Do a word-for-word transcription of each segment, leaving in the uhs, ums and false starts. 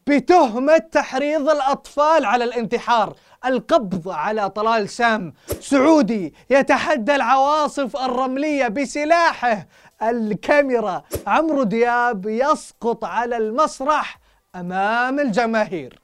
بتهمة تحريض الأطفال على الانتحار. القبض على طلال سام، سعودي يتحدى العواصف الرملية بسلاحه الكاميرا. عمرو دياب يسقط على المسرح أمام الجماهير.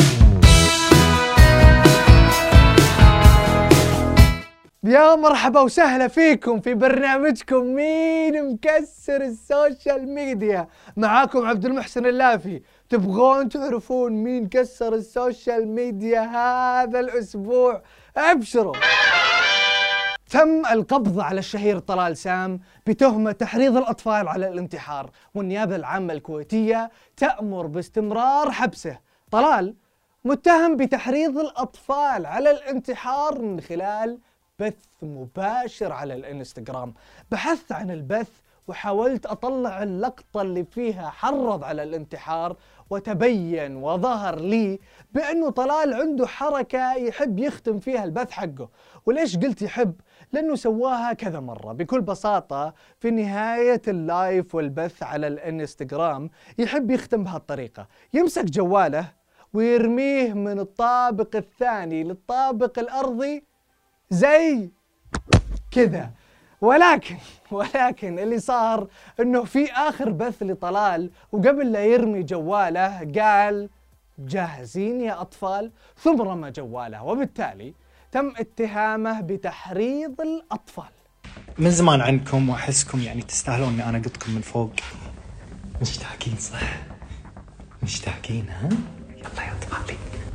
يا مرحبا وسهلا فيكم في برنامجكم مين مكسر السوشيال ميديا. معاكم عبد المحسن اللافي. تبغون تعرفون مين كسر السوشيال ميديا هذا الأسبوع؟ أبشروا. تم القبض على الشهير طلال سام بتهمة تحريض الأطفال على الانتحار، والنيابة العامة الكويتية تأمر باستمرار حبسه. طلال متهم بتحريض الأطفال على الانتحار من خلال بث مباشر على الانستغرام. بحثت عن البث وحاولت أطلع اللقطة اللي فيها حرض على الانتحار، وتبين وظهر لي بأنه طلال عنده حركة يحب يختم فيها البث حقه. وليش قلت يحب؟ لأنه سواها كذا مرة. بكل بساطة في نهاية اللايف والبث على الانستغرام يحب يختم بهالطريقة، يمسك جواله ويرميه من الطابق الثاني للطابق الأرضي زي كذا. ولكن ولكن اللي صار انه في اخر بث لطلال وقبل لا يرمي جواله قال جاهزين يا اطفال، ثم رمى جواله، وبالتالي تم اتهامه بتحريض الاطفال. من زمان عنكم واحسكم يعني تستاهلون اني انا اقطكم من فوق. مشتاقين صح؟ مشتاقين ها؟ يلا يا اطفالي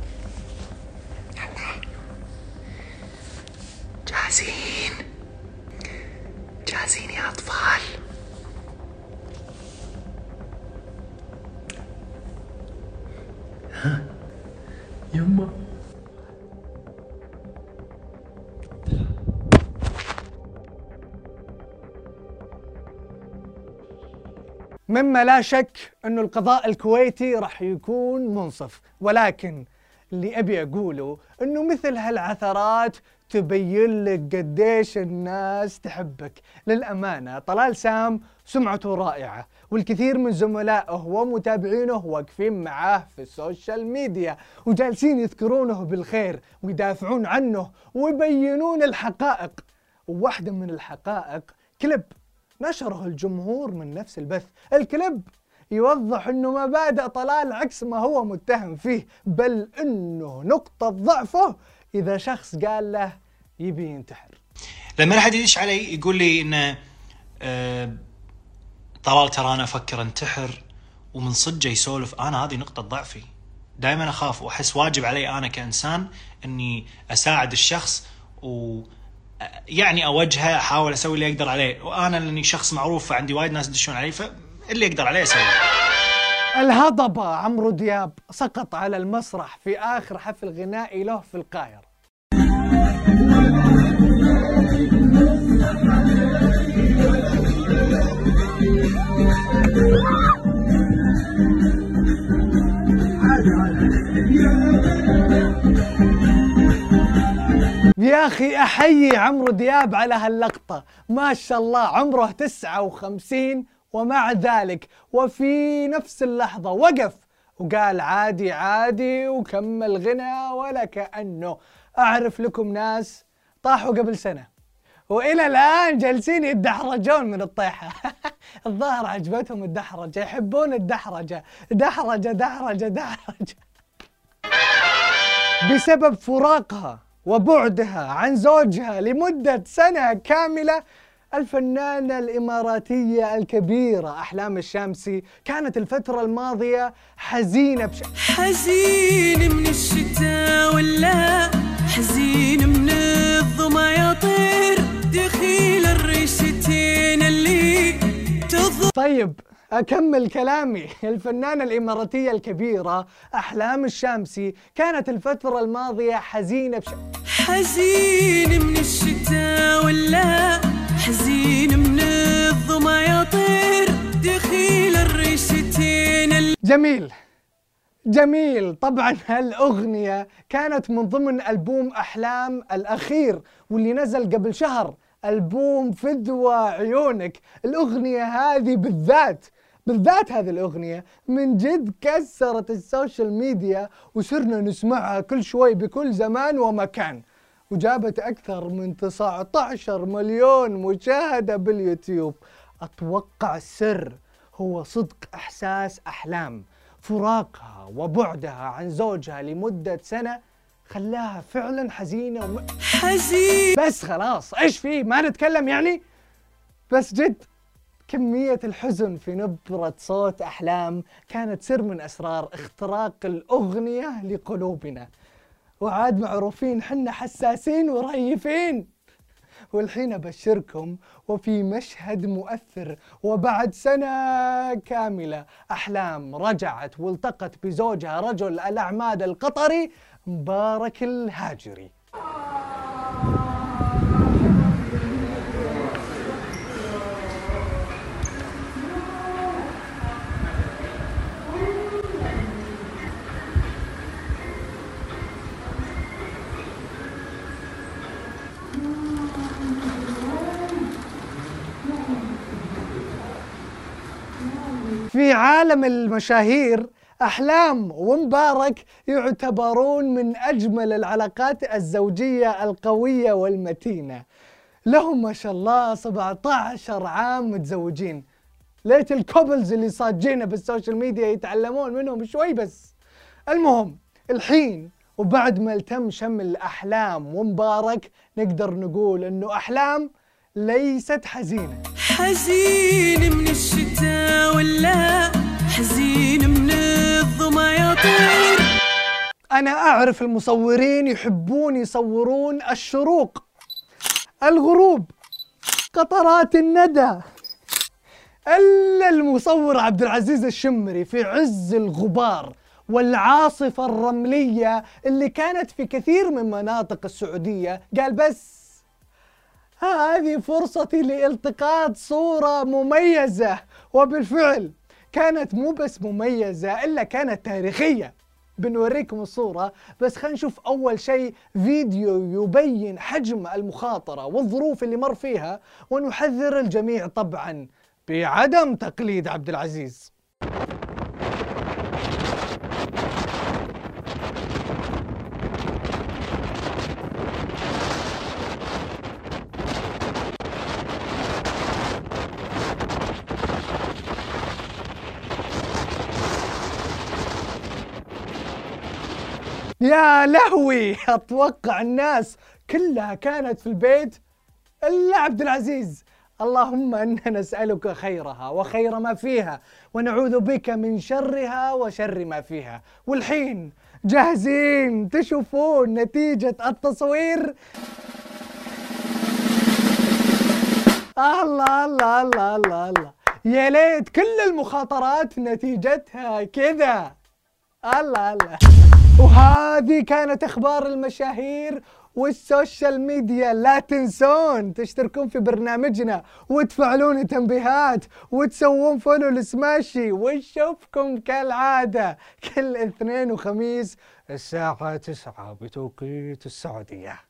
جاهزين؟ جاهزين يا أطفال؟ ها؟ يما مما لا شك أنه القضاء الكويتي راح يكون منصف، ولكن اللي أبي أقوله أنه مثل هالعثرات تبين لك قديش الناس تحبك. للأمانة طلال سام سمعته رائعة، والكثير من زملائه ومتابعينه واقفين معاه في السوشيال ميديا وجالسين يذكرونه بالخير ويدافعون عنه ويبينون الحقائق. وواحدة من الحقائق كليب نشره الجمهور من نفس البث. الكليب يوضح انه مبادئ طلال عكس ما هو متهم فيه، بل انه نقطة ضعفه اذا شخص قال له يبي ينتحر. لما احد يدش علي يقول لي انه أه طلال ترى انا افكر انتحر ومن صدقه يسولف، انا هذه نقطة ضعفي. دائما اخاف واحس واجب علي انا كانسان اني اساعد الشخص و يعني اوجهه، احاول اسوي اللي اقدر عليه، وانا لاني شخص معروف فعندي وايد ناس يدشون علي فاللي اقدر عليه اسويه. الهضبة عمرو دياب سقط على المسرح في آخر حفل غنائي له في القاهرة. يا أخي أحيي عمرو دياب على هاللقطة، ما شاء الله عمره تسعة وخمسين، ومع ذلك وفي نفس اللحظة وقف وقال عادي عادي وكمل غنى ولا كأنه. أعرف لكم ناس طاحوا قبل سنة وإلى الآن جالسين يدحرجون من الطيحة. الظاهر عجبتهم الدحرجة، يحبون الدحرجة، دحرجة دحرجة دحرجة. بسبب فراقها وبعدها عن زوجها لمدة سنة كاملة، الفنانة الإماراتية الكبيرة أحلام الشامسي كانت الفترة الماضية حزينة بش... حزين من الشتاء ولا حزين من الظما يطير دخيل الريشتين اللي تظل. طيب أكمل كلامي. الفنانة الإماراتية الكبيرة أحلام الشامسي كانت الفترة الماضية حزينة بش... حزين من الشتاء ولا حزين من الظما يطير دخيل الريشتين ال... جميل جميل. طبعا هالأغنية كانت من ضمن ألبوم أحلام الأخير واللي نزل قبل شهر، ألبوم فدوى عيونك. الأغنية هذه بالذات بالذات هذه الأغنية من جد كسرت السوشيال ميديا، وصرنا نسمعها كل شوي بكل زمان ومكان، وجابت أكثر من تسعة عشر مليون مشاهدة باليوتيوب. أتوقع السر هو صدق إحساس أحلام. فراقها وبعدها عن زوجها لمدة سنة خلاها فعلا حزينة وم... حزين. بس خلاص، إيش فيه؟ ما نتكلم يعني؟ بس جد كمية الحزن في نبرة صوت أحلام كانت سر من أسرار اختراق الأغنية لقلوبنا. وعاد معروفين حنا حساسين ورهيفين. والحين أبشركم وفي مشهد مؤثر، وبعد سنة كاملة أحلام رجعت والتقت بزوجها رجل الأعمال القطري مبارك الهاجري. في عالم المشاهير أحلام ومبارك يعتبرون من أجمل العلاقات الزوجية القوية والمتينة. لهم ما شاء الله سبعة عشر عام متزوجين. ليت الكوبلز اللي صاجينه بالسوشيال ميديا يتعلمون منهم شوي بس. المهم الحين وبعد ما التم شمل أحلام ومبارك نقدر نقول إنه أحلام ليست حزينة. حزين من الشتاء ولا حزين من الظما يطير. أنا أعرف المصورين يحبون يصورون الشروق، الغروب، قطرات الندى. إلا المصور عبد العزيز الشمري في عز الغبار والعاصفة الرملية اللي كانت في كثير من مناطق السعودية قال بس هذه فرصتي لالتقاط صورة مميزة. وبالفعل كانت مو بس مميزة إلا كانت تاريخية. بنوريكم الصورة بس خلينا نشوف أول شيء فيديو يبين حجم المخاطرة والظروف اللي مر فيها، ونحذر الجميع طبعا بعدم تقليد عبد العزيز. يا لهوي، أتوقع الناس كلها كانت في البيت إلا عبد العزيز. اللهم إنا نسألك خيرها وخير ما فيها، ونعوذ بك من شرها وشر ما فيها. والحين جاهزين تشوفون نتيجة التصوير؟ الله الله الله الله الله، يا ليت كل المخاطرات نتيجتها كذا. الله الله. وهذه كانت اخبار المشاهير والسوشيال ميديا. لا تنسون تشتركون في برنامجنا وتفعلون تنبيهات وتسوون فولو لسماشي، ونشوفكم كالعادة كل اثنين وخميس الساعة تسعة بتوقيت السعودية.